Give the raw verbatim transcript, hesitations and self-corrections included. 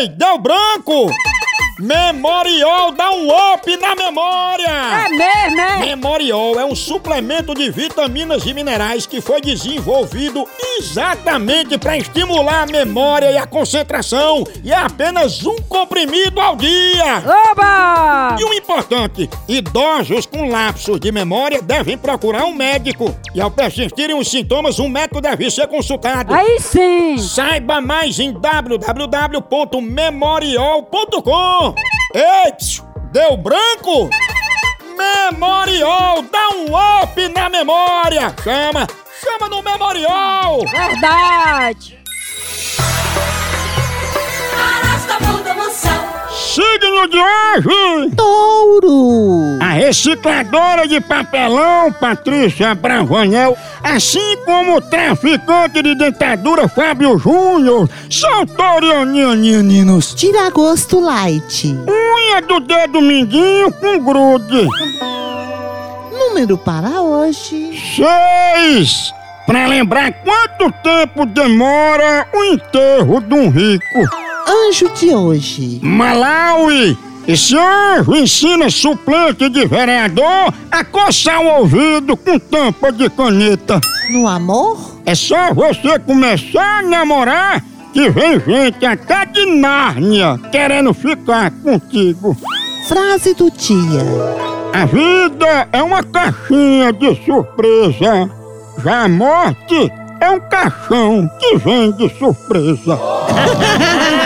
Ei, deu branco! Memorial dá um up na memória! É mesmo, é? Memorial é um suplemento de vitaminas e minerais que foi desenvolvido exatamente para estimular a memória e a concentração, e é apenas um comprimido ao dia! Oba! E o importante, idosos com lapsos de memória devem procurar um médico, e ao persistirem os sintomas, um médico deve ser consultado. Aí sim! Saiba mais em w w w ponto memorial ponto com. Ei, psiu, deu branco? Memorial, dá um up na memória! Chama, chama no Memorial! Verdade! Signo de hoje! Touro! A recicladora de papelão, Patrícia Bravanel, assim como o traficante de dentadura, Fábio Júnior, são taurianianinos. Tira gosto light. Unha do dedo mindinho com grude. Número para hoje. Seis! Pra lembrar quanto tempo demora o enterro de um rico. Anjo de hoje. Malawi! Esse anjo ensina suplente de vereador a coçar o ouvido com tampa de caneta. No amor? É só você começar a namorar que vem gente até de Nárnia querendo ficar contigo. Frase do dia. A vida é uma caixinha de surpresa. Já a morte é um caixão que vem de surpresa.